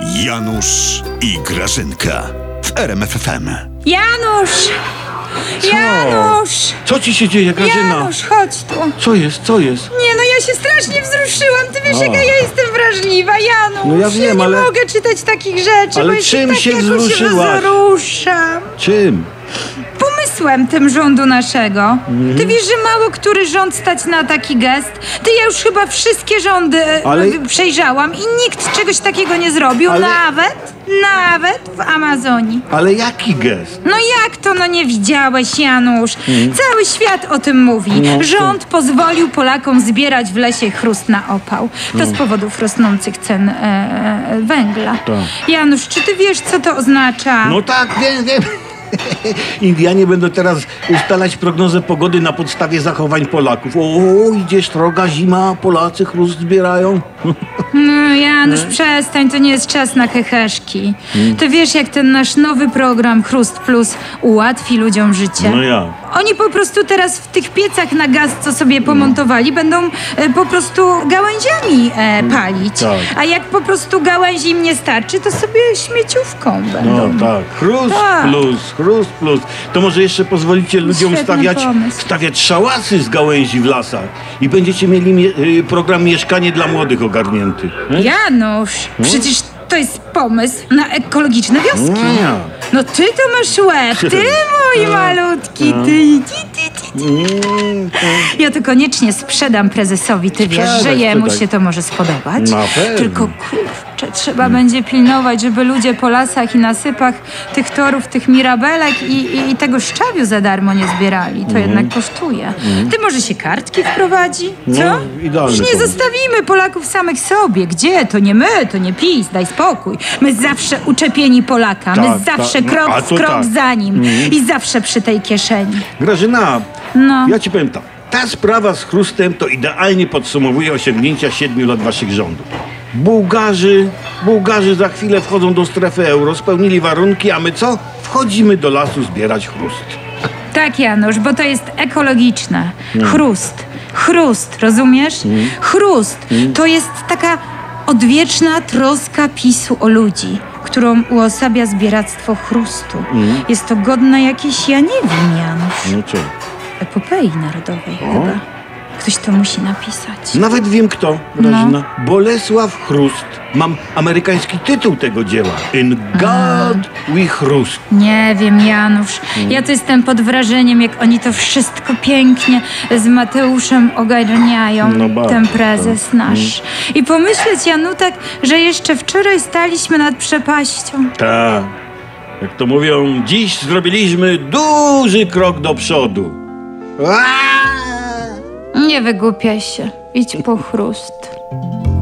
Janusz i Grażynka w RMF FM. Janusz! Co? Janusz! Co ci się dzieje, Grażyna? Janusz, chodź tu. Co jest, co jest? Nie no, ja się strasznie wzruszyłam. Ty wiesz, jaka ja jestem wrażliwa, Janusz. No ja wiem, nie ale- mogę czytać takich rzeczy, Ale bo czym tak się jakoś wzruszyłaś? wzruszam. Czym? Pomysłem tym rządu naszego. Ty wiesz, że mało który rząd stać na taki gest? Ja już chyba wszystkie rządy Ale- przejrzałam i nikt czegoś takiego nie zrobił. Ale- Nawet w Amazonii. Ale jaki gest? No jak to, no nie widziałeś, Janusz? Cały świat o tym mówi. No, Rząd pozwolił Polakom zbierać w lesie chrust na opał. To z powodów rosnących cen węgla. Tak. Janusz, czy ty wiesz, co to oznacza? No tak, wiem. Indianie będą teraz ustalać prognozę pogody na podstawie zachowań Polaków. O, idzie sroga zima, Polacy chrust zbierają. No, Janusz, przestań, to nie jest czas na heheszki. Ty wiesz, jak ten nasz nowy program Chrust Plus ułatwi ludziom życie? No ja. Oni po prostu teraz w tych piecach na gaz, co sobie pomontowali, będą po prostu gałęziami palić. Tak. A jak po prostu gałęzi im nie starczy, to sobie śmieciówką będą. No tak, chrust Tak. plus. To może jeszcze pozwolicie ludziom Świetny pomysł. stawiać szałasy z gałęzi w lasach i będziecie mieli program Mieszkanie dla Młodych ogarnięty. Janusz, przecież to jest pomysł na ekologiczne wioski. Nie. No ty to masz łeb, ty mój malutki, ty. Ja to koniecznie sprzedam prezesowi, ty wiesz, że jemu sprzedaj. się to może spodobać. Na pewno. Tylko kurczę, trzeba będzie pilnować, żeby ludzie po lasach i nasypach tych torów, tych mirabelek i tego szczawiu za darmo nie zbierali. To jednak kosztuje. Ty może się kartki wprowadzi? Co? No, idealny Już nie pomysł. zostawimy Polaków samych sobie. Gdzie? To nie my, to nie PiS, daj spokój. My zawsze uczepieni Polaka, my Tak, zawsze tak. krok A w to krok tak. za nim i zawsze przy tej kieszeni. Grażyna, No. ja ci powiem tak. Ta sprawa z chrustem to idealnie podsumowuje osiągnięcia 7 lat waszych rządów. Bułgarzy za chwilę wchodzą do strefy euro, spełnili warunki, a my co? Wchodzimy do lasu zbierać chrust. Tak, Janusz, bo to jest ekologiczne. Chrust, rozumiesz? Chrust to jest taka odwieczna troska PiS-u o ludzi, którą uosabia zbieractwo chrustu. Jest to godne jakiejś, ja nie wiem, Janusz, No co? epopei narodowej chyba. Ktoś to musi napisać. Nawet wiem kto, Grażyna. Bolesław Chrust. Mam amerykański tytuł tego dzieła. In God we Chrust. Nie wiem, Janusz. Ja to jestem pod wrażeniem, jak oni to wszystko pięknie z Mateuszem ogarniają, No bardzo, ten prezes nasz. I pomyśleć, Janutek, że jeszcze wczoraj staliśmy nad przepaścią. Tak. Jak to mówią, dziś zrobiliśmy duży krok do przodu. Nie wygłupiaj się. Idź po chrust.